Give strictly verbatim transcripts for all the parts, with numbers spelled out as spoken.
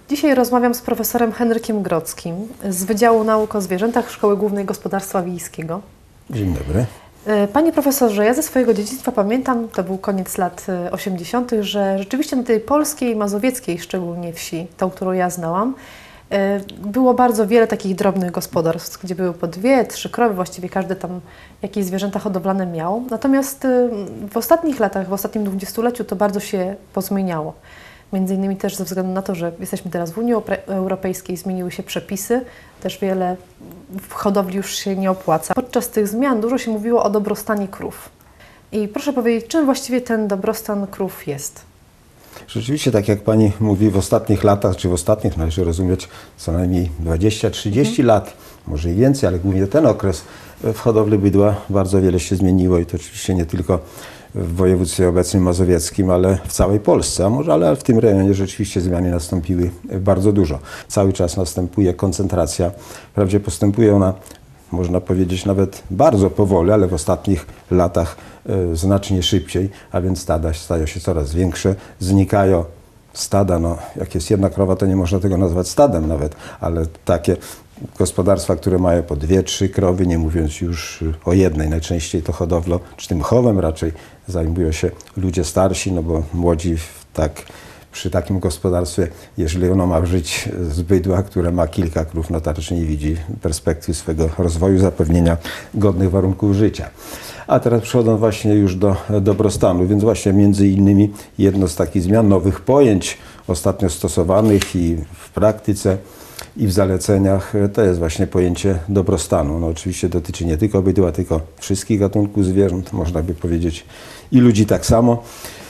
Dzisiaj rozmawiam z profesorem Henrykiem Grodzkim z Wydziału Nauk o Zwierzętach Szkoły Głównej Gospodarstwa Wiejskiego. Dzień dobry. Panie profesorze, ja ze swojego dzieciństwa pamiętam, to był koniec lat osiemdziesiątych, że rzeczywiście na tej polskiej, mazowieckiej szczególnie wsi, tą, którą ja znałam, było bardzo wiele takich drobnych gospodarstw, gdzie były po dwie, trzy krowy, właściwie każdy tam jakieś zwierzęta hodowlane miał. Natomiast w ostatnich latach, w ostatnim dwudziestoleciu to bardzo się pozmieniało. Między innymi też ze względu na to, że jesteśmy teraz w Unii Europejskiej, zmieniły się przepisy, też wiele w hodowli już się nie opłaca. Podczas tych zmian dużo się mówiło o dobrostanie krów. I proszę powiedzieć, czym właściwie ten dobrostan krów jest? Rzeczywiście, tak jak Pani mówi, w ostatnich latach, czy w ostatnich, należy rozumieć co najmniej dwadzieścia trzydzieści mhm. lat, może i więcej, ale głównie ten okres w hodowli bydła bardzo wiele się zmieniło i to oczywiście nie tylko w województwie obecnym mazowieckim, ale w całej Polsce, a może, ale w tym rejonie rzeczywiście zmiany nastąpiły bardzo dużo. Cały czas następuje koncentracja, wprawdzie postępuje ona, można powiedzieć, nawet bardzo powoli, ale w ostatnich latach y, znacznie szybciej, a więc stada stają się coraz większe, znikają stada, no jak jest jedna krowa, to nie można tego nazwać stadem nawet, ale takie gospodarstwa, które mają po dwie, trzy krowy, nie mówiąc już o jednej, najczęściej to hodowlą, czy tym chowem raczej zajmują się ludzie starsi, no bo młodzi tak przy takim gospodarstwie, jeżeli ono ma żyć z bydła, które ma kilka krów, no to raczej nie widzi perspektyw swego rozwoju, zapewnienia godnych warunków życia. A teraz przechodząc właśnie już do dobrostanu, więc właśnie między innymi jedno z takich zmian, nowych pojęć ostatnio stosowanych i w praktyce, i w zaleceniach, to jest właśnie pojęcie dobrostanu. No oczywiście dotyczy nie tylko bydła, tylko wszystkich gatunków zwierząt, można by powiedzieć, i ludzi tak samo.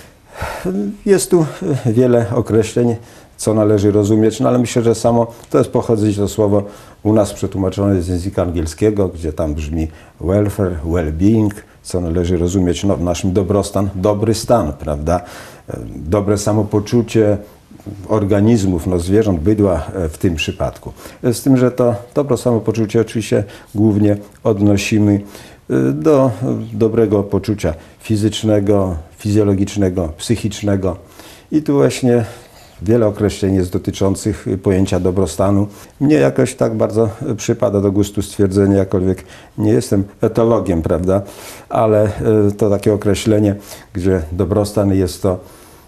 Jest tu wiele określeń, co należy rozumieć, no ale myślę, że samo to jest pochodzić to słowo u nas przetłumaczone z języka angielskiego, gdzie tam brzmi welfare, well-being, co należy rozumieć no, w naszym dobrostan, dobry stan, prawda? Dobre samopoczucie organizmów, no zwierząt, bydła w tym przypadku. Z tym, że to dobro samopoczucie oczywiście głównie odnosimy do dobrego poczucia fizycznego, fizjologicznego, psychicznego. I tu właśnie wiele określeń jest dotyczących pojęcia dobrostanu. Mnie jakoś tak bardzo przypada do gustu stwierdzenie, jakkolwiek nie jestem etologiem, prawda, ale to takie określenie, gdzie dobrostan jest to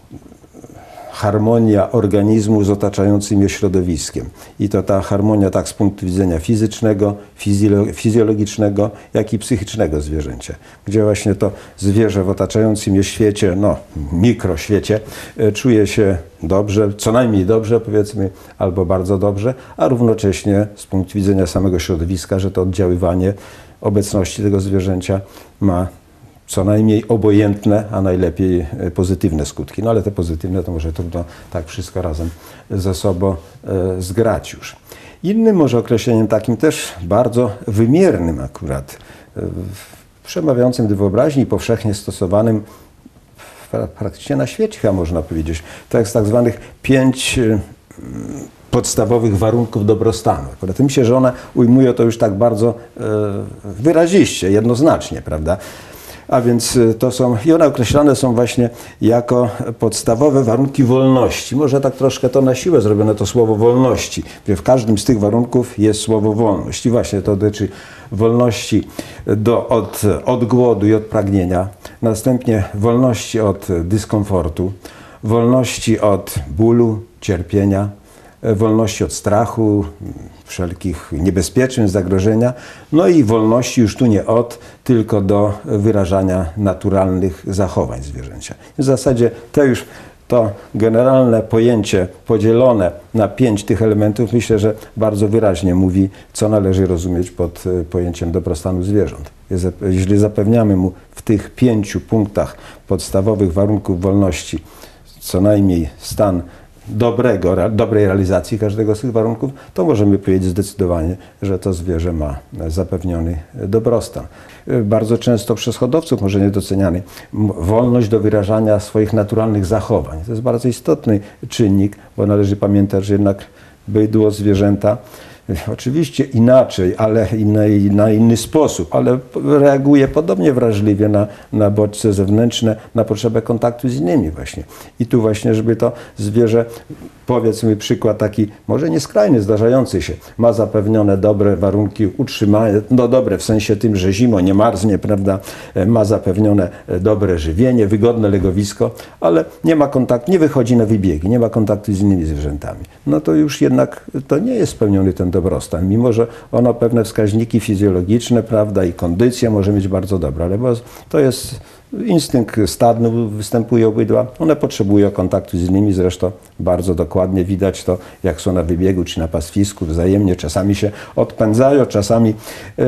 harmonia organizmu z otaczającym je środowiskiem. I to ta harmonia tak z punktu widzenia fizycznego, fizjologicznego, jak i psychicznego zwierzęcia. Gdzie właśnie to zwierzę w otaczającym je świecie, no mikroświecie, czuje się dobrze, co najmniej dobrze powiedzmy, albo bardzo dobrze, a równocześnie z punktu widzenia samego środowiska, że to oddziaływanie obecności tego zwierzęcia ma co najmniej obojętne, a najlepiej pozytywne skutki. No ale te pozytywne to może trudno tak wszystko razem ze sobą e, zgrać już. Innym może określeniem takim też bardzo wymiernym akurat, e, przemawiającym do wyobraźni i powszechnie stosowanym praktycznie na świecie, chyba można powiedzieć, to jest tak zwanych pięć e, podstawowych warunków dobrostanu. Akurat myślę, że one ujmują to już tak bardzo e, wyraziście, jednoznacznie, prawda? A więc to są, i one określane są właśnie jako podstawowe warunki wolności. Może tak troszkę to na siłę zrobione to słowo wolności, gdzie w każdym z tych warunków jest słowo wolność. I właśnie to dotyczy wolności do, od, od głodu i od pragnienia, następnie wolności od dyskomfortu, wolności od bólu, cierpienia, wolności od strachu, wszelkich niebezpieczeństw, zagrożenia, no i wolności już tu nie od, tylko do wyrażania naturalnych zachowań zwierzęcia. W zasadzie to już to generalne pojęcie podzielone na pięć tych elementów, myślę, że bardzo wyraźnie mówi, co należy rozumieć pod pojęciem dobrostanu zwierząt. Jeżeli zapewniamy mu w tych pięciu punktach podstawowych warunków wolności co najmniej stan dobrego, dobrej realizacji każdego z tych warunków, to możemy powiedzieć zdecydowanie, że to zwierzę ma zapewniony dobrostan. Bardzo często przez hodowców może niedoceniany wolność do wyrażania swoich naturalnych zachowań. To jest bardzo istotny czynnik, bo należy pamiętać, że jednak bydło, zwierzęta oczywiście inaczej, ale na, na inny sposób, ale reaguje podobnie wrażliwie na, na bodźce zewnętrzne, na potrzebę kontaktu z innymi właśnie. I tu właśnie, żeby to zwierzę, powiedzmy przykład taki, może nie skrajny, zdarzający się, ma zapewnione dobre warunki utrzymania, no dobre w sensie tym, że zimą nie marznie, prawda, ma zapewnione dobre żywienie, wygodne legowisko, ale nie ma kontaktu, nie wychodzi na wybiegi, nie ma kontaktu z innymi zwierzętami. No to już jednak to nie jest spełniony ten dobrostan, mimo że ono pewne wskaźniki fizjologiczne, prawda, i kondycja może mieć bardzo dobra, ale bo to jest instynkt stadny, występuje u bydła, one potrzebują kontaktu z innymi, zresztą bardzo dokładnie widać to, jak są na wybiegu czy na pastwisku, wzajemnie, czasami się odpędzają, czasami e,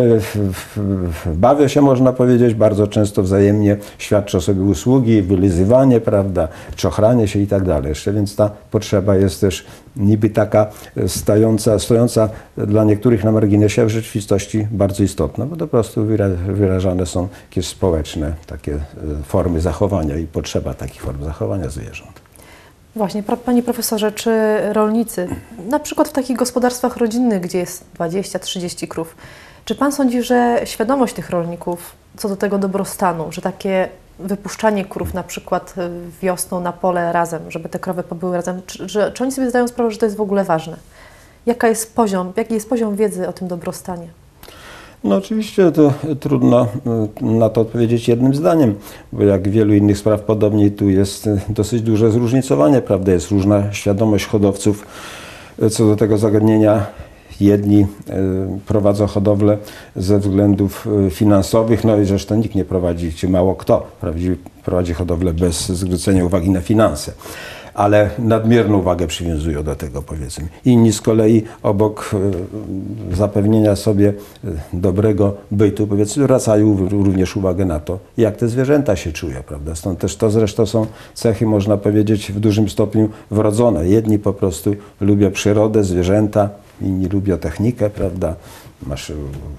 bawią się, można powiedzieć, bardzo często wzajemnie świadczą sobie usługi, wylizywanie, prawda, czochranie się i tak dalej jeszcze, więc ta potrzeba jest też niby taka stająca, stojąca dla niektórych na marginesie, a w rzeczywistości bardzo istotna, bo po prostu wyrażane są jakieś społeczne takie formy zachowania i potrzeba takich form zachowania zwierząt. Właśnie, Panie Profesorze, czy rolnicy, na przykład w takich gospodarstwach rodzinnych, gdzie jest dwadzieścia trzydzieści krów, czy Pan sądzi, że świadomość tych rolników co do tego dobrostanu, że takie wypuszczanie krów na przykład wiosną na pole razem, żeby te krowy pobyły razem, czy, że, czy oni sobie zdają sprawę, że to jest w ogóle ważne? Jaka jest poziom, jaki jest poziom wiedzy o tym dobrostanie? No oczywiście to trudno na to odpowiedzieć jednym zdaniem, bo jak w wielu innych spraw podobnie tu jest dosyć duże zróżnicowanie, prawda, jest różna świadomość hodowców co do tego zagadnienia. Jedni prowadzą hodowlę ze względów finansowych, no i zresztą nikt nie prowadzi, czy mało kto prowadzi, prowadzi hodowlę bez zwrócenia uwagi na finanse. Ale nadmierną uwagę przywiązują do tego, powiedzmy. Inni z kolei obok zapewnienia sobie dobrego bytu, powiedzmy, zwracają również uwagę na to, jak te zwierzęta się czują, prawda? Stąd też to zresztą są cechy, można powiedzieć, w dużym stopniu wrodzone. Jedni po prostu lubią przyrodę, zwierzęta, inni lubią technikę, prawda? Masz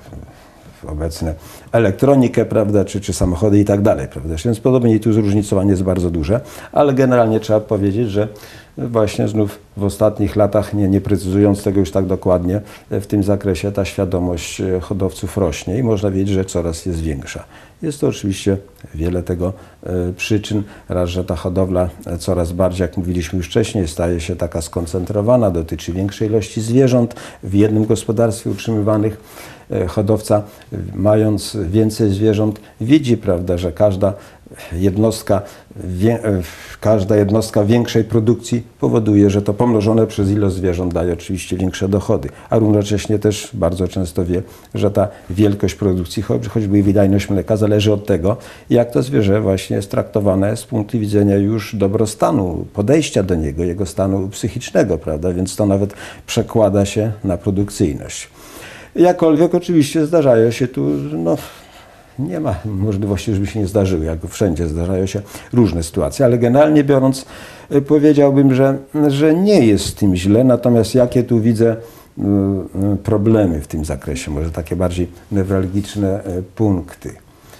obecne elektronikę, prawda, czy, czy samochody i tak dalej, prawda. Więc podobnie tu zróżnicowanie jest bardzo duże, ale generalnie trzeba powiedzieć, że właśnie znów w ostatnich latach, nie, nie precyzując tego już tak dokładnie, w tym zakresie ta świadomość hodowców rośnie i można wiedzieć, że coraz jest większa. Jest to oczywiście wiele tego e, przyczyn. Raz, że ta hodowla coraz bardziej, jak mówiliśmy już wcześniej, staje się taka skoncentrowana, dotyczy większej ilości zwierząt w jednym gospodarstwie utrzymywanych. E, hodowca, mając więcej zwierząt, widzi, prawda, że każda jednostka, wie, każda jednostka większej produkcji powoduje, że to pomnożone przez ilość zwierząt daje oczywiście większe dochody, a równocześnie też bardzo często wie, że ta wielkość produkcji, choćby i wydajność mleka, zależy od tego, jak to zwierzę właśnie jest traktowane z punktu widzenia już dobrostanu, podejścia do niego, jego stanu psychicznego, prawda, więc to nawet przekłada się na produkcyjność. Jakkolwiek oczywiście zdarzają się tu, no, nie ma możliwości, żeby się nie zdarzyły, jak wszędzie zdarzają się różne sytuacje, ale generalnie biorąc powiedziałbym, że, że nie jest z tym źle, natomiast jakie tu widzę problemy w tym zakresie, może takie bardziej newralgiczne punkty.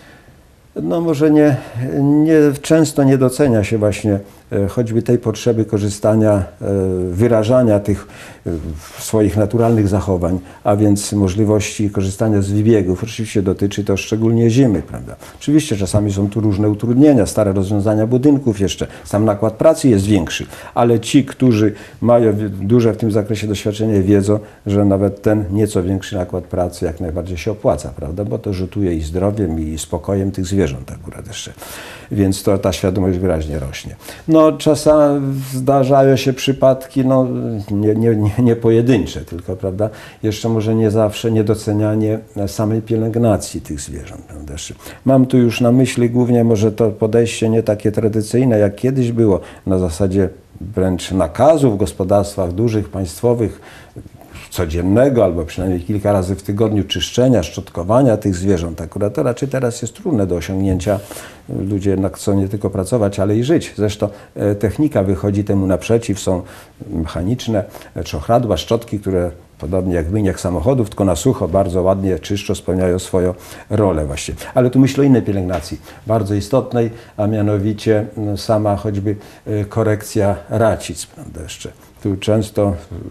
No może nie, nie, często nie docenia się właśnie choćby tej potrzeby korzystania, wyrażania tych swoich naturalnych zachowań, a więc możliwości korzystania z wybiegów. Oczywiście dotyczy to szczególnie zimy, prawda? Oczywiście czasami są tu różne utrudnienia, stare rozwiązania budynków jeszcze, sam nakład pracy jest większy, ale ci, którzy mają duże w tym zakresie doświadczenie, wiedzą, że nawet ten nieco większy nakład pracy jak najbardziej się opłaca, prawda? Bo to rzutuje i zdrowiem, i spokojem tych zwierząt akurat jeszcze. Więc to ta świadomość wyraźnie rośnie. No czasami zdarzają się przypadki, no nie, nie, nie, nie pojedyncze, tylko, prawda, jeszcze może nie zawsze niedocenianie samej pielęgnacji tych zwierząt, prawda? Mam tu już na myśli głównie może to podejście nie takie tradycyjne, jak kiedyś było, na zasadzie wręcz nakazu w gospodarstwach dużych, państwowych, codziennego albo przynajmniej kilka razy w tygodniu czyszczenia, szczotkowania tych zwierząt. Akurat to raczej teraz jest trudne do osiągnięcia. Ludzie jednak chcą nie tylko pracować, ale i żyć. Zresztą technika wychodzi temu naprzeciw. Są mechaniczne czochradła, szczotki, które podobnie jak w myjniach samochodów, tylko na sucho, bardzo ładnie czyszczą, spełniają swoją rolę właśnie. Ale tu myślę o innej pielęgnacji, bardzo istotnej, a mianowicie sama choćby korekcja racic, prawda, jeszcze. Tu często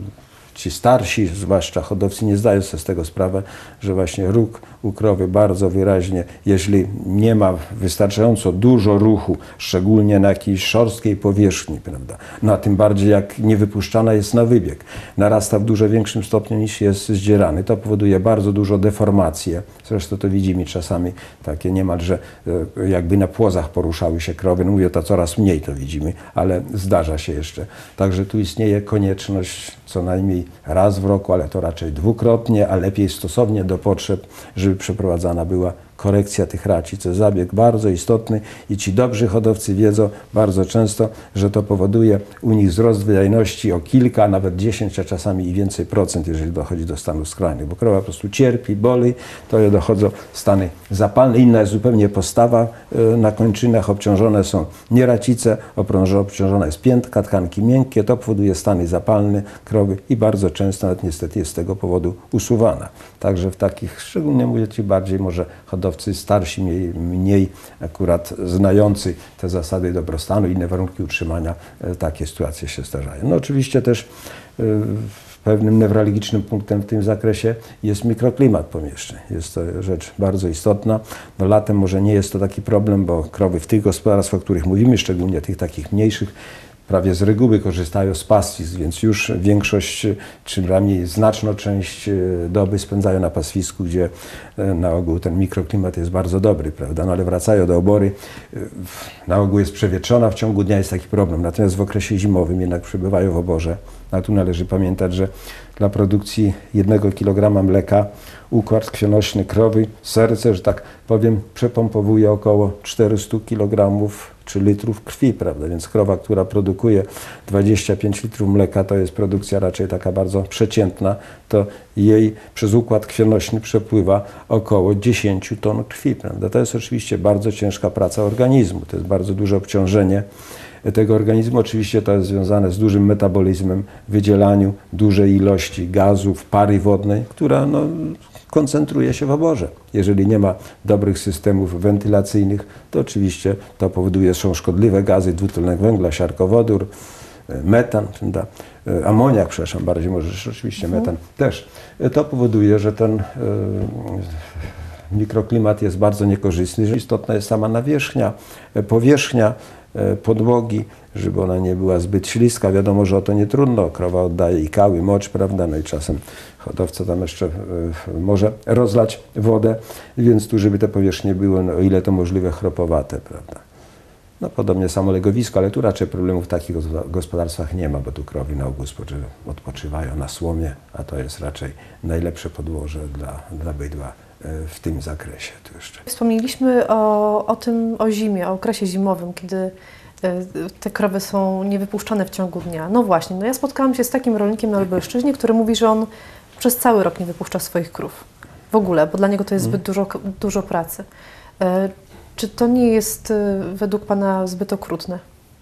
ci starsi, zwłaszcza hodowcy, nie zdają sobie z tego sprawy, że właśnie róg u krowy bardzo wyraźnie, jeżeli nie ma wystarczająco dużo ruchu, szczególnie na jakiejś szorstkiej powierzchni, prawda, no a tym bardziej jak nie wypuszczana jest na wybieg, narasta w dużo większym stopniu niż jest zdzierany. To powoduje bardzo dużo deformację. Zresztą to widzimy czasami takie niemalże jakby na płozach poruszały się krowy. No mówię, to coraz mniej to widzimy, ale zdarza się jeszcze. Także tu istnieje konieczność co najmniej raz w roku, ale to raczej dwukrotnie, a lepiej stosownie do potrzeb, żeby przeprowadzana była korekcja tych racic. To jest zabieg bardzo istotny i ci dobrzy hodowcy wiedzą bardzo często, że to powoduje u nich wzrost wydajności o kilka, nawet dziesięć, a czasami i więcej procent, jeżeli dochodzi do stanów skrajnych, bo krowa po prostu cierpi, boli, to dochodzą stany zapalne. Inna jest zupełnie postawa na kończynach, obciążone są nie racice, obciążona jest piętka, tkanki miękkie, to powoduje stany zapalne krowy i bardzo często nawet niestety jest z tego powodu usuwana. Także w takich, szczególnie mówię Ci bardziej może hodowcy starsi, mniej, mniej akurat znający te zasady dobrostanu, inne warunki utrzymania, takie sytuacje się zdarzają. No oczywiście też pewnym newralgicznym punktem w tym zakresie jest mikroklimat pomieszczeń. Jest to rzecz bardzo istotna. No latem może nie jest to taki problem, bo krowy w tych gospodarstwach, o których mówimy, szczególnie tych takich mniejszych, prawie z reguły korzystają z pastwisk, więc już większość, czy przynajmniej znaczną część doby spędzają na pastwisku, gdzie na ogół ten mikroklimat jest bardzo dobry, prawda? No ale wracają do obory, na ogół jest przewietrzona, w ciągu dnia jest taki problem, natomiast w okresie zimowym jednak przebywają w oborze. A tu należy pamiętać, że dla produkcji jednego kilograma mleka układ krwionośny krowy, serce, że tak powiem, przepompowuje około czterysta kilogramów czy litrów krwi, prawda? Więc krowa, która produkuje dwadzieścia pięć litrów mleka, to jest produkcja raczej taka bardzo przeciętna, to jej przez układ krwionośny przepływa około dziesięć ton krwi, prawda? To jest oczywiście bardzo ciężka praca organizmu, to jest bardzo duże obciążenie tego organizmu. Oczywiście to jest związane z dużym metabolizmem, wydzielaniu dużej ilości gazów, pary wodnej, która no, koncentruje się w oborze. Jeżeli nie ma dobrych systemów wentylacyjnych, to oczywiście to powoduje, że są szkodliwe gazy, dwutlenek węgla, siarkowodór, metan, prawda? amoniak, przepraszam, bardziej może oczywiście metan też. To powoduje, że ten y, mikroklimat jest bardzo niekorzystny, że istotna jest sama nawierzchnia, powierzchnia podłogi, żeby ona nie była zbyt śliska. Wiadomo, że o to nie trudno. Krowa oddaje i kały, mocz, prawda? No i czasem hodowca tam jeszcze może rozlać wodę, więc tu, żeby te powierzchnie były, no, o ile to możliwe, chropowate, prawda? No podobnie samo legowisko, ale tu raczej problemów w takich gospodarstwach nie ma, bo tu krowy na ogół odpoczywają na słomie, a to jest raczej najlepsze podłoże dla, dla bydła w tym zakresie. Tu jeszcze. Wspomnieliśmy o, o tym, o zimie, o okresie zimowym, kiedy te krowy są niewypuszczane w ciągu dnia. No właśnie, no ja spotkałam się z takim rolnikiem na Lubelszczyźnie, który mówi, że on przez cały rok nie wypuszcza swoich krów. W ogóle, bo dla niego to jest zbyt dużo, dużo pracy. Czy to nie jest według Pana zbyt okrutne?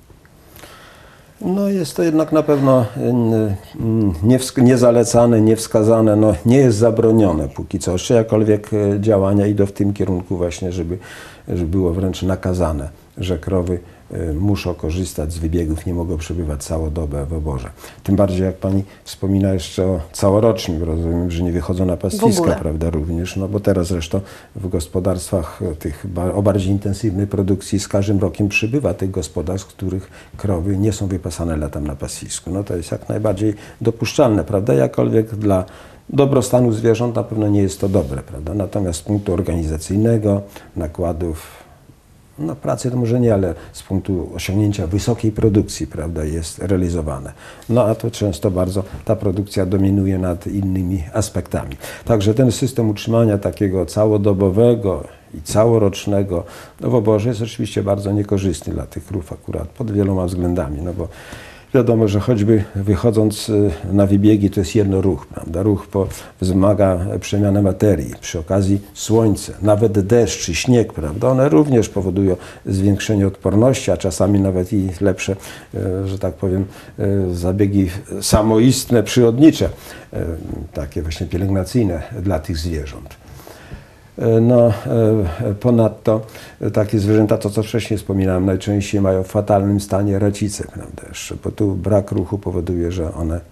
No jest to jednak na pewno niezalecane, niewskazane, no nie jest zabronione póki co. Jeszcze jakkolwiek działania idą w tym kierunku właśnie, żeby, żeby było wręcz nakazane, że krowy muszą korzystać z wybiegów, nie mogą przebywać całą dobę w oborze. Tym bardziej, jak Pani wspomina jeszcze o całorocznym, rozumiem, że nie wychodzą na pastwiska, prawda, również, no bo teraz zresztą w gospodarstwach tych o bardziej intensywnej produkcji z każdym rokiem przybywa tych gospodarstw, w których krowy nie są wypasane latem na pastwisku. No to jest jak najbardziej dopuszczalne, prawda, jakkolwiek dla dobrostanu zwierząt na pewno nie jest to dobre, prawda, natomiast z punktu organizacyjnego, nakładów, no pracy to może nie, ale z punktu osiągnięcia wysokiej produkcji, prawda, jest realizowane. No a to często bardzo ta produkcja dominuje nad innymi aspektami. Także ten system utrzymania takiego całodobowego i całorocznego no w oborze jest oczywiście bardzo niekorzystny dla tych krów akurat pod wieloma względami, no bo wiadomo, że choćby wychodząc na wybiegi to jest jedno ruch, prawda? Ruch po, wzmaga przemianę materii. Przy okazji słońce, nawet deszcz czy śnieg, prawda? One również powodują zwiększenie odporności, a czasami nawet i lepsze, że tak powiem, zabiegi samoistne, przyrodnicze, takie właśnie pielęgnacyjne dla tych zwierząt. No, ponadto takie zwierzęta, to co wcześniej wspominałem, najczęściej mają w fatalnym stanie racice, prawda? Bo tu brak ruchu powoduje, że one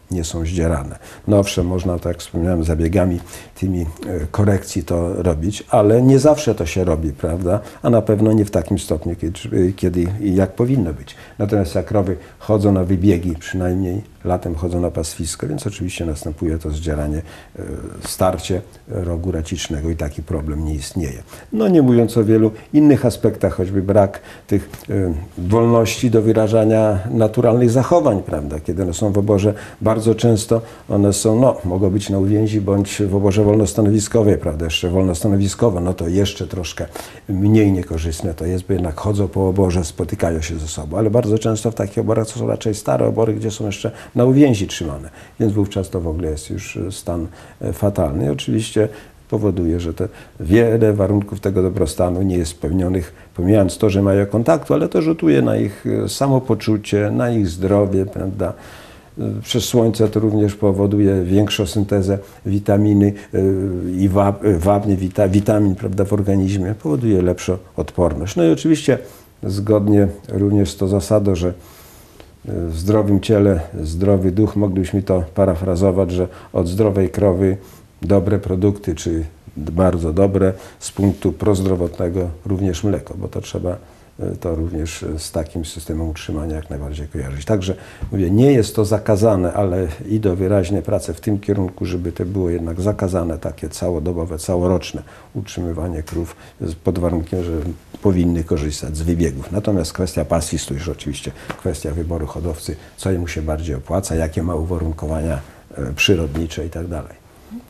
nie są zdzierane. No owszem, można, tak jak wspomniałem, zabiegami tymi korekcji to robić, ale nie zawsze to się robi, prawda? A na pewno nie w takim stopniu, kiedy, kiedy i jak powinno być. Natomiast jak krowy chodzą na wybiegi, przynajmniej latem chodzą na pastwisko, więc oczywiście następuje to zdzieranie, starcie rogu racicznego i taki problem nie istnieje. No nie mówiąc o wielu innych aspektach, choćby brak tych wolności do wyrażania naturalnych zachowań, prawda? Kiedy one są w oborze, bardzo często one są, no, mogą być na uwięzi bądź w oborze wolnostanowiskowej, prawda? Jeszcze wolnostanowiskowo, no to jeszcze troszkę mniej niekorzystne to jest, bo jednak chodzą po oborze, spotykają się ze sobą, ale bardzo często w takich oborach to są raczej stare obory, gdzie są jeszcze na uwięzi trzymane, więc wówczas to w ogóle jest już stan fatalny. I oczywiście powoduje, że te wiele warunków tego dobrostanu nie jest spełnionych, pomijając to, że mają kontaktu, ale to rzutuje na ich samopoczucie, na ich zdrowie, prawda? Przez słońce to również powoduje większą syntezę witaminy i wapnie, witamin, prawda, w organizmie, powoduje lepszą odporność. No i oczywiście zgodnie również z tą zasadą, że w zdrowym ciele zdrowy duch, moglibyśmy to parafrazować, że od zdrowej krowy dobre produkty, czy bardzo dobre z punktu prozdrowotnego również mleko, bo to trzeba to również z takim systemem utrzymania jak najbardziej kojarzyć. Także mówię, nie jest to zakazane, ale idą wyraźnie prace w tym kierunku, żeby to było jednak zakazane, takie całodobowe, całoroczne utrzymywanie krów pod warunkiem, że powinny korzystać z wybiegów. Natomiast kwestia pasji to już oczywiście kwestia wyboru hodowcy, co mu się bardziej opłaca, jakie ma uwarunkowania przyrodnicze i tak dalej.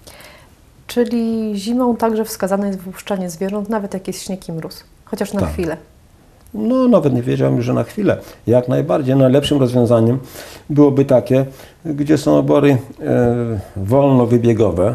Czyli zimą także wskazane jest wypuszczanie zwierząt, nawet jak jest śnieg i mróz, chociaż na tak. chwilę. No nawet nie wiedziałem, że na chwilę. Jak najbardziej najlepszym rozwiązaniem byłoby takie, gdzie są obory e, wolnowybiegowe,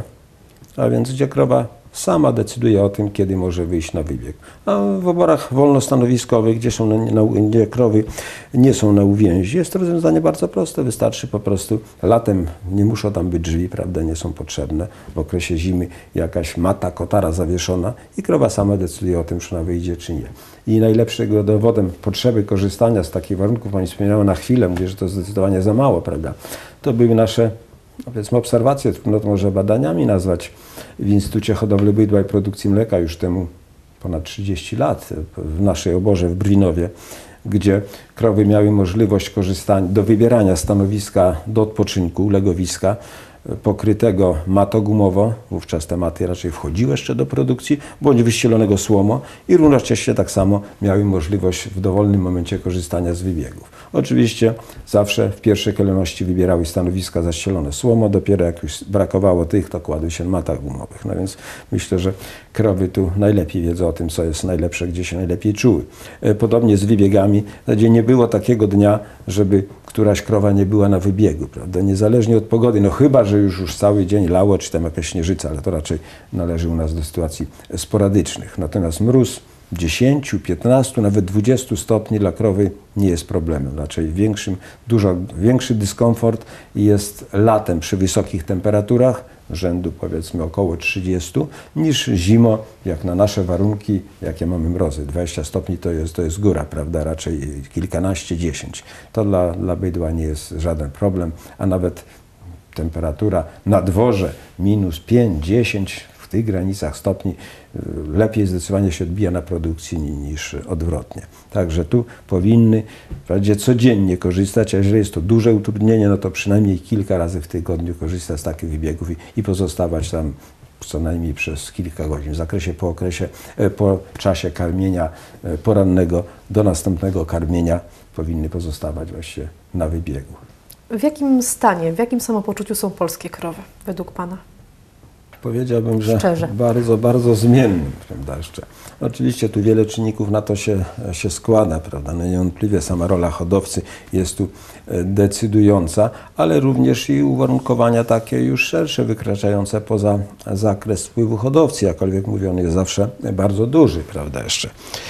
a więc gdzie krowa sama decyduje o tym, kiedy może wyjść na wybieg. A w oborach wolnostanowiskowych, gdzie, są na, na, gdzie krowy nie są na uwięzi, jest to rozwiązanie bardzo proste. Wystarczy po prostu, latem nie muszą tam być drzwi, prawda, nie są potrzebne. W okresie zimy jakaś mata, kotara zawieszona i krowa sama decyduje o tym, czy ona wyjdzie, czy nie. I najlepszego dowodem potrzeby korzystania z takich warunków, pani wspomniała na chwilę, mówię, że to zdecydowanie za mało, prawda, to były nasze, powiedzmy, obserwacje, trudno to może badaniami nazwać, w Instytucie Hodowli Bydła i Produkcji Mleka już temu ponad trzydzieści lat w naszej oborze w Brwinowie, gdzie krowy miały możliwość korzystania, do wybierania stanowiska do odpoczynku, legowiska pokrytego matogumowo, wówczas te maty raczej wchodziły jeszcze do produkcji, bądź wyścielonego słomo i równocześnie tak samo miały możliwość w dowolnym momencie korzystania z wybiegów. Oczywiście zawsze w pierwszej kolejności wybierały stanowiska zaścielone słomo, dopiero jak już brakowało tych, to kładły się na matach gumowych. No więc myślę, że krowy tu najlepiej wiedzą o tym, co jest najlepsze, gdzie się najlepiej czuły. Podobnie z wybiegami, gdzie nie było takiego dnia, żeby któraś krowa nie była na wybiegu, prawda? Niezależnie od pogody, no chyba, że już, już cały dzień lało, czy tam jakaś śnieżyca, ale to raczej należy u nas do sytuacji sporadycznych. Natomiast mróz dziesięć, piętnaście, nawet dwadzieścia stopni dla krowy nie jest problemem. Raczej większym, dużo większy dyskomfort jest latem przy wysokich temperaturach, rzędu powiedzmy około trzydziestu, niż zimą, jak na nasze warunki, jakie mamy mrozy. dwadzieścia stopni to jest, to jest góra, prawda, raczej kilkanaście, dziesięć. To dla, dla bydła nie jest żaden problem, a nawet temperatura na dworze minus pięć, dziesięć, w tych granicach stopni lepiej zdecydowanie się odbija na produkcji niż odwrotnie. Także tu powinny wprawdzie codziennie korzystać, a jeżeli jest to duże utrudnienie, no to przynajmniej kilka razy w tygodniu korzystać z takich wybiegów i, i pozostawać tam co najmniej przez kilka godzin. W zakresie po okresie, po czasie karmienia porannego do następnego karmienia powinny pozostawać właśnie na wybiegu. W jakim stanie, w jakim samopoczuciu są polskie krowy według Pana? Powiedziałbym, że Szczerze. bardzo, bardzo zmiennym, prawda, jeszcze. Oczywiście tu wiele czynników na to się, się składa, prawda, no niewątpliwie sama rola hodowcy jest tu decydująca, ale również i uwarunkowania takie już szersze, wykraczające poza zakres wpływu hodowcy, jakkolwiek mówię, on jest zawsze bardzo duży, prawda, jeszcze.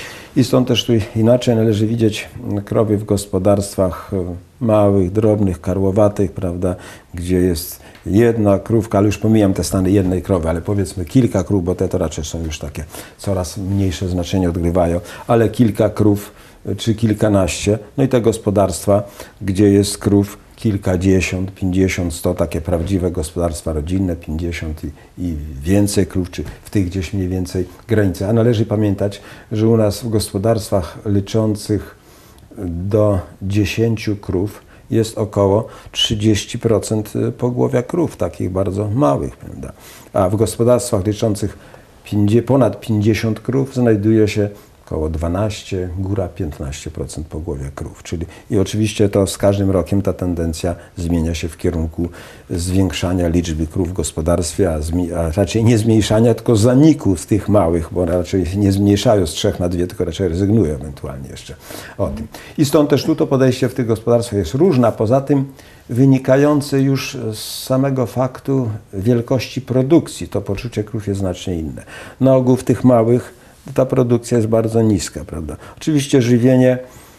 I stąd też tu inaczej należy widzieć krowy w gospodarstwach małych, drobnych, karłowatych, prawda, gdzie jest jedna krówka, ale już pomijam te stany jednej krowy, ale powiedzmy kilka krów, bo te to raczej są już takie, coraz mniejsze znaczenie odgrywają, ale kilka krów czy kilkanaście, no i te gospodarstwa, gdzie jest krów kilkadziesiąt, pięćdziesiąt, sto, takie prawdziwe gospodarstwa rodzinne, pięćdziesiąt i, i więcej krów, czy w tych gdzieś mniej więcej granice. A należy pamiętać, że u nas w gospodarstwach liczących do dziesięciu krów jest około trzydzieści procent pogłowia krów, takich bardzo małych, prawda? A w gospodarstwach liczących ponad pięćdziesiąt krów znajduje się około dwanaście, góra piętnaście procent pogłowia krów. Czyli, i oczywiście to z każdym rokiem ta tendencja zmienia się w kierunku zwiększania liczby krów w gospodarstwie, a, a raczej nie zmniejszania, tylko zaniku z tych małych, bo raczej nie zmniejszają z trzech na dwie, tylko raczej rezygnują ewentualnie jeszcze o tym. I stąd też tu to podejście w tych gospodarstwach jest różne, poza tym wynikające już z samego faktu wielkości produkcji. To poczucie krów jest znacznie inne. Na ogół w tych małych ta produkcja jest bardzo niska, prawda? Oczywiście żywienie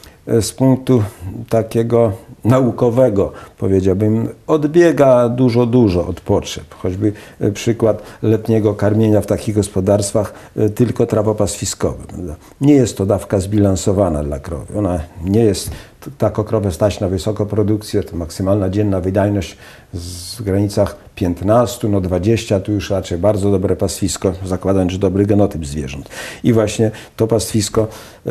z punktu takiego naukowego, powiedziałbym, odbiega dużo, dużo od potrzeb. Choćby przykład letniego karmienia w takich gospodarstwach tylko trawopastwiskowym, prawda? Nie jest to dawka zbilansowana dla krowy. Ona nie jest, taką krowę stać na wysoką produkcję, to maksymalna dzienna wydajność w granicach piętnaście, no dwadzieścia, tu już raczej bardzo dobre pastwisko, zakładając, że dobry genotyp zwierząt. I właśnie to pastwisko,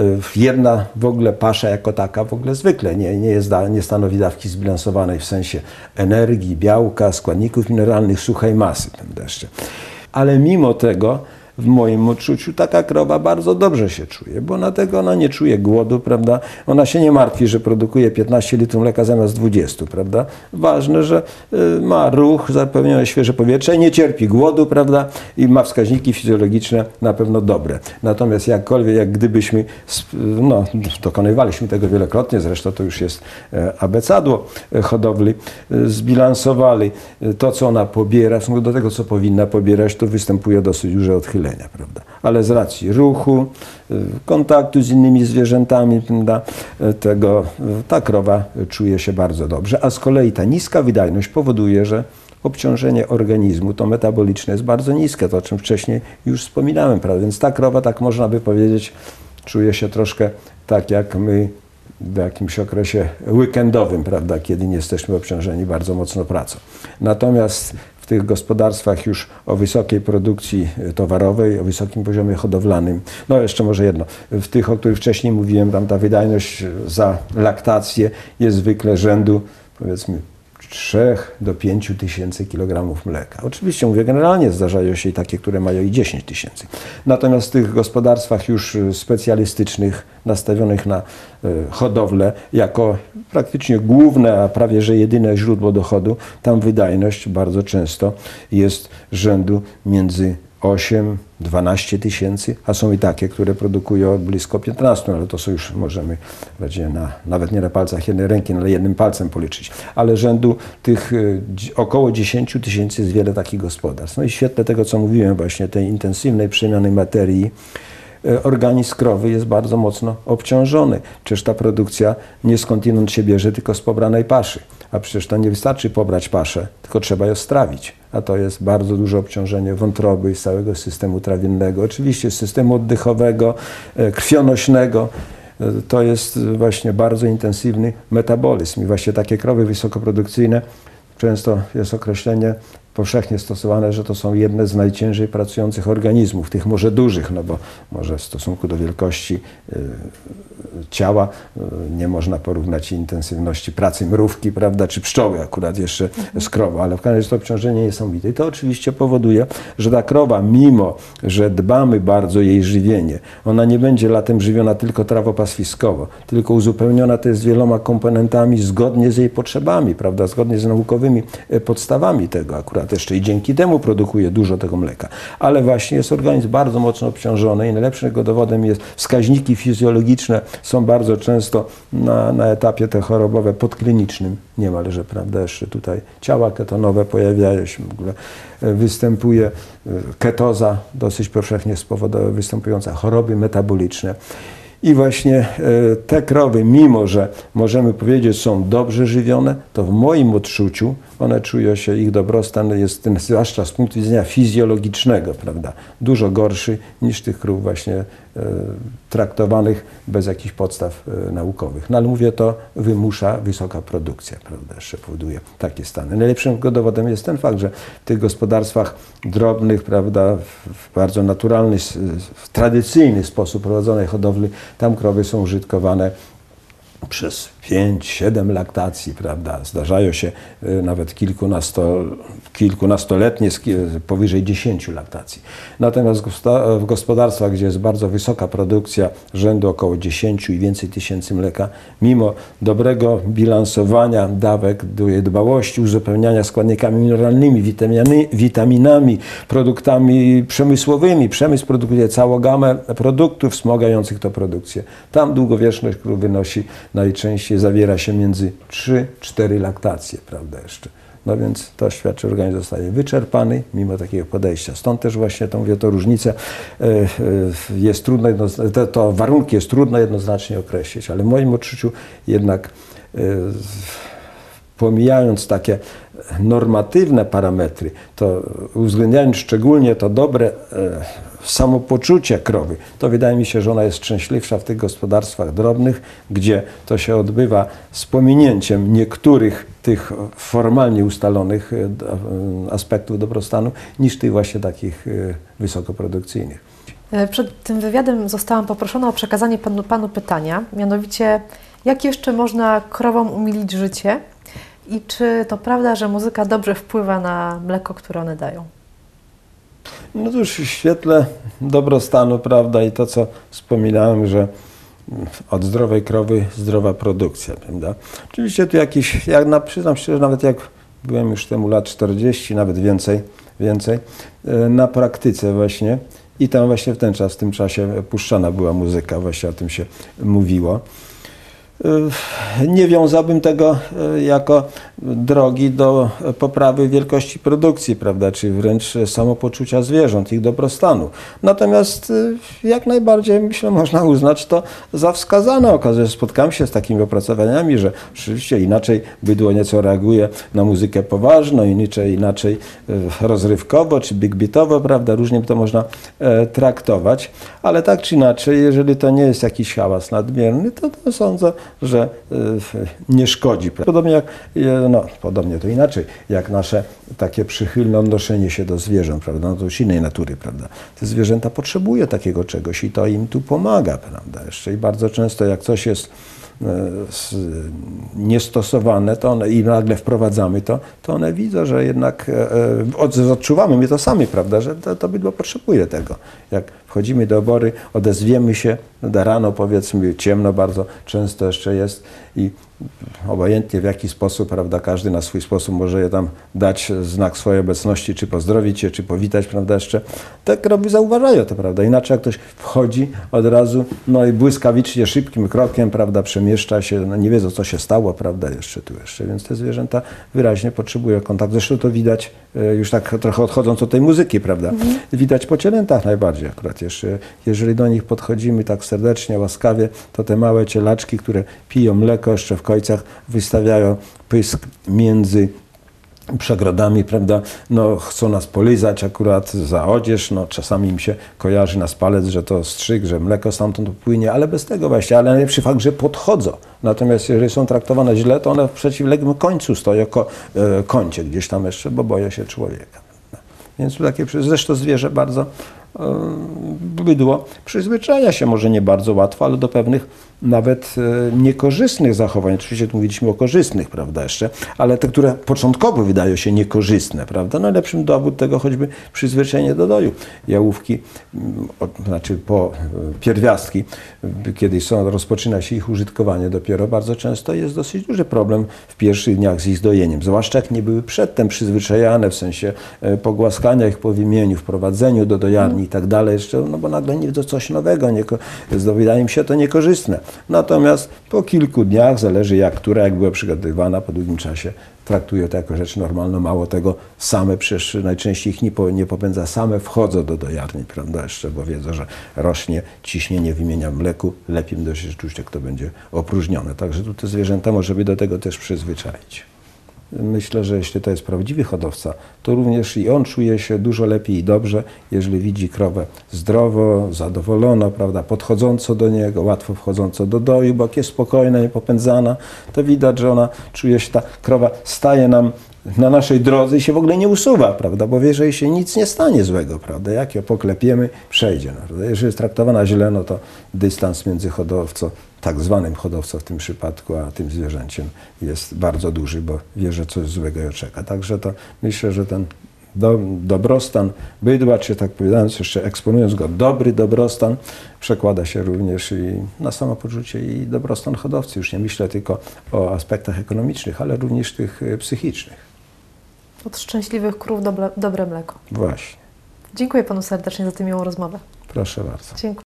jedna w ogóle pasza jako taka w ogóle zwykle nie, nie, jest, nie stanowi dawki zbilansowanej w sensie energii, białka, składników mineralnych, suchej masy. Jeszcze. Ale mimo tego w moim odczuciu taka krowa bardzo dobrze się czuje, bo dlatego ona nie czuje głodu, prawda? Ona się nie martwi, że produkuje piętnaście litrów mleka zamiast dwudziestu, prawda? Ważne, że y, ma ruch, zapewnione świeże powietrze, nie cierpi głodu, prawda? I ma wskaźniki fizjologiczne na pewno dobre. Natomiast jakkolwiek, jak gdybyśmy, no, dokonywaliśmy tego wielokrotnie, zresztą to już jest abecadło hodowli, zbilansowali to, co ona pobiera, w stosunku do tego, co powinna pobierać, to występuje dosyć duże odchylenie. Prawda? Ale z racji ruchu, kontaktu z innymi zwierzętami, prawda, tego, ta krowa czuje się bardzo dobrze, a z kolei ta niska wydajność powoduje, że obciążenie organizmu, to metaboliczne, jest bardzo niskie, to o czym wcześniej już wspominałem, prawda? Więc ta krowa, tak można by powiedzieć, czuje się troszkę tak jak my w jakimś okresie weekendowym, prawda, kiedy nie jesteśmy obciążeni bardzo mocno pracą. Natomiast w tych gospodarstwach już o wysokiej produkcji towarowej, o wysokim poziomie hodowlanym, no jeszcze może jedno, w tych, o których wcześniej mówiłem, tam ta wydajność za laktację jest zwykle rzędu, powiedzmy, trzech do pięciu tysięcy kilogramów mleka. Oczywiście mówię generalnie, zdarzają się i takie, które mają i dziesięć tysięcy. Natomiast w tych gospodarstwach już specjalistycznych, nastawionych na hodowlę jako praktycznie główne, a prawie że jedyne źródło dochodu, tam wydajność bardzo często jest rzędu między osiem do dwunastu tysięcy, a są i takie, które produkują blisko piętnaście, ale to są już, możemy na, nawet nie na palcach jednej ręki, ale jednym palcem policzyć. Ale rzędu tych około dziesięciu tysięcy jest wiele takich gospodarstw. No i w świetle tego, co mówiłem właśnie, tej intensywnej przemiany materii, organizm krowy jest bardzo mocno obciążony. Przecież ta produkcja nie skądinąd się bierze, tylko z pobranej paszy. A przecież to nie wystarczy pobrać paszę, tylko trzeba ją strawić. A to jest bardzo duże obciążenie wątroby i całego systemu trawiennego, oczywiście systemu oddechowego, krwionośnego. To jest właśnie bardzo intensywny metabolizm. I właśnie takie krowy wysokoprodukcyjne, często jest określenie powszechnie stosowane, że to są jedne z najciężej pracujących organizmów, tych może dużych, no bo może w stosunku do wielkości y, ciała y, nie można porównać intensywności pracy mrówki, prawda, czy pszczoły akurat jeszcze mhm. z krową, ale w każdym razie to obciążenie niesamowite. I to oczywiście powoduje, że ta krowa, mimo że dbamy bardzo jej żywienie, ona nie będzie latem żywiona tylko trawopastwiskowo, tylko uzupełniona to jest wieloma komponentami zgodnie z jej potrzebami, prawda, zgodnie z naukowymi podstawami tego akurat. Jeszcze i dzięki temu produkuje dużo tego mleka. Ale właśnie jest organizm bardzo mocno obciążony i najlepszym jego dowodem jest wskaźniki fizjologiczne są bardzo często na, na etapie te chorobowe podklinicznym niemalże, prawda, jeszcze tutaj ciała ketonowe pojawiają się, w ogóle występuje ketoza dosyć powszechnie spowodowana, występująca choroby metaboliczne. I właśnie te krowy, mimo że możemy powiedzieć, są dobrze żywione, to w moim odczuciu one czują się, ich dobrostan jest, ten, zwłaszcza z punktu widzenia fizjologicznego, prawda, dużo gorszy niż tych krów właśnie traktowanych bez jakichś podstaw naukowych. No ale mówię, to wymusza wysoka produkcja, prawda, jeszcze powoduje takie stany. Najlepszym dowodem jest ten fakt, że w tych gospodarstwach drobnych, prawda, w bardzo naturalny, w tradycyjny sposób prowadzonej hodowli, tam krowy są użytkowane przez pięć, siedem laktacji, prawda? Zdarzają się y, nawet kilkunasto, kilkunastoletnie powyżej dziesięciu laktacji. Natomiast w gospodarstwach, gdzie jest bardzo wysoka produkcja, rzędu około dziesięciu i więcej tysięcy mleka, mimo dobrego bilansowania dawek, dbałości, uzupełniania składnikami mineralnymi, witaminami, witaminami, produktami przemysłowymi, przemysł produkuje całą gamę produktów wspomagających tę produkcję. Tam długowieczność krów wynosi najczęściej zawiera się między trzy cztery laktacje, prawda, jeszcze. No więc to świadczy, że organizm zostaje wyczerpany mimo takiego podejścia. Stąd też właśnie, to mówię, to różnicę jest trudno, to, to warunki jest trudno jednoznacznie określić, ale w moim odczuciu jednak pomijając takie normatywne parametry, to uwzględniając szczególnie to dobre samopoczucie krowy, to wydaje mi się, że ona jest szczęśliwsza w tych gospodarstwach drobnych, gdzie to się odbywa z pominięciem niektórych tych formalnie ustalonych aspektów dobrostanu, niż tych właśnie takich wysokoprodukcyjnych. Przed tym wywiadem zostałam poproszona o przekazanie panu, panu pytania, mianowicie jak jeszcze można krowom umilić życie i czy to prawda, że muzyka dobrze wpływa na mleko, które one dają? No to już w świetle dobrostanu, prawda, i to, co wspominałem, że od zdrowej krowy zdrowa produkcja, prawda. Oczywiście tu jakiś, jak na, przyznam szczerze, nawet jak byłem już temu lat czterdzieści, nawet więcej, więcej, na praktyce właśnie i tam właśnie w ten czas, w tym czasie puszczana była muzyka, właśnie o tym się mówiło. Nie wiązałbym tego jako drogi do poprawy wielkości produkcji, prawda, czy wręcz samopoczucia zwierząt, ich dobrostanu. Natomiast jak najbardziej, myślę, można uznać to za wskazane. Okazuje się, spotkałem się z takimi opracowaniami, że rzeczywiście inaczej bydło nieco reaguje na muzykę poważną, inaczej, inaczej rozrywkowo, czy big beatowo, prawda, różnie to można traktować, ale tak czy inaczej, jeżeli to nie jest jakiś hałas nadmierny, to, to sądzę, że nie szkodzi. Podobnie jak, no podobnie to inaczej, jak nasze takie przychylne odnoszenie się do zwierząt, prawda, no to już innej natury, prawda. Te zwierzęta potrzebują takiego czegoś i to im tu pomaga, prawda, jeszcze i bardzo często jak coś jest niestosowane, to one, i nagle wprowadzamy to, to one widzą, że jednak e, odczuwamy my to sami, prawda, że to, to bydło potrzebuje tego. Jak wchodzimy do obory, odezwiemy się, no, rano powiedzmy, ciemno bardzo często jeszcze jest i obojętnie w jaki sposób, prawda, każdy na swój sposób może je tam dać znak swojej obecności, czy pozdrowić je, czy powitać, prawda, jeszcze. Te krowy zauważają to, prawda, inaczej jak ktoś wchodzi od razu, no i błyskawicznie, szybkim krokiem, prawda, przemieszcza się, no nie wiedzą, co się stało, prawda, jeszcze tu jeszcze, więc te zwierzęta wyraźnie potrzebują kontaktu. Zresztą to widać, już tak trochę odchodząc od tej muzyki, prawda, mhm. widać po cielętach najbardziej akurat jeszcze. Jeżeli do nich podchodzimy tak serdecznie, łaskawie, to te małe cielaczki, które piją mleko, jeszcze w końcach wystawiają pysk między przegrodami, prawda, no chcą nas polizać akurat za odzież, no czasami im się kojarzy na palec, że to strzyk, że mleko stamtąd płynie, ale bez tego właśnie, ale najlepszy fakt, że podchodzą. Natomiast jeżeli są traktowane źle, to one w przeciwległym końcu stoją, ko, e, kącie gdzieś tam jeszcze, bo boją się człowieka. Więc tu takie, zresztą zwierzę bardzo, e, bydło przyzwyczaja się może nie bardzo łatwo, ale do pewnych nawet e, niekorzystnych zachowań. Oczywiście tu mówiliśmy o korzystnych, prawda, jeszcze, ale te, które początkowo wydają się niekorzystne, prawda, najlepszym dowód tego choćby przyzwyczajenie do doju. Jałówki, o, znaczy po pierwiastki, kiedy są, rozpoczyna się ich użytkowanie dopiero, bardzo często jest dosyć duży problem w pierwszych dniach z ich dojeniem, zwłaszcza jak nie były przedtem przyzwyczajane, w sensie e, pogłaskania ich po wymieniu, wprowadzeniu do dojarni i tak dalej, jeszcze, no bo nagle nie widzą coś nowego, nie, wydaje im się to niekorzystne. Natomiast po kilku dniach, zależy jak która, jak była przygotowywana, po długim czasie traktują to jako rzecz normalną. Mało tego, same przecież najczęściej ich nie, po, nie popędza, same wchodzą do dojarni, prawda, jeszcze, bo wiedzą, że rośnie ciśnienie wymienia w mleku, lepiej dość rzeczywiście, kto będzie opróżnione. Także tu te zwierzęta możemy do tego też przyzwyczaić. myślę, że jeśli to jest prawdziwy hodowca, to również i on czuje się dużo lepiej i dobrze, jeżeli widzi krowę zdrowo, zadowolona, prawda, podchodząco do niego, łatwo wchodząco do doju, bo jak jest spokojna, niepopędzana, to widać, że ona czuje się, ta krowa staje nam na naszej drodze i się w ogóle nie usuwa, prawda, bo wie, że jej się nic nie stanie złego, prawda, jak ją poklepiemy, przejdzie. Prawda? Jeżeli jest traktowana źle, no to dystans między hodowcą, tak zwanym hodowcą w tym przypadku, a tym zwierzęciem jest bardzo duży, bo wie, że coś złego ją czeka. Także to myślę, że ten do, dobrostan bydła, czy tak powiedziałem, jeszcze eksponując go, dobry dobrostan przekłada się również i na samopoczucie i dobrostan hodowcy. Już nie myślę tylko o aspektach ekonomicznych, ale również tych e, psychicznych. Od szczęśliwych krów dobre, dobre mleko. Właśnie. Dziękuję Panu serdecznie za tę miłą rozmowę. Proszę bardzo. Dziękuję.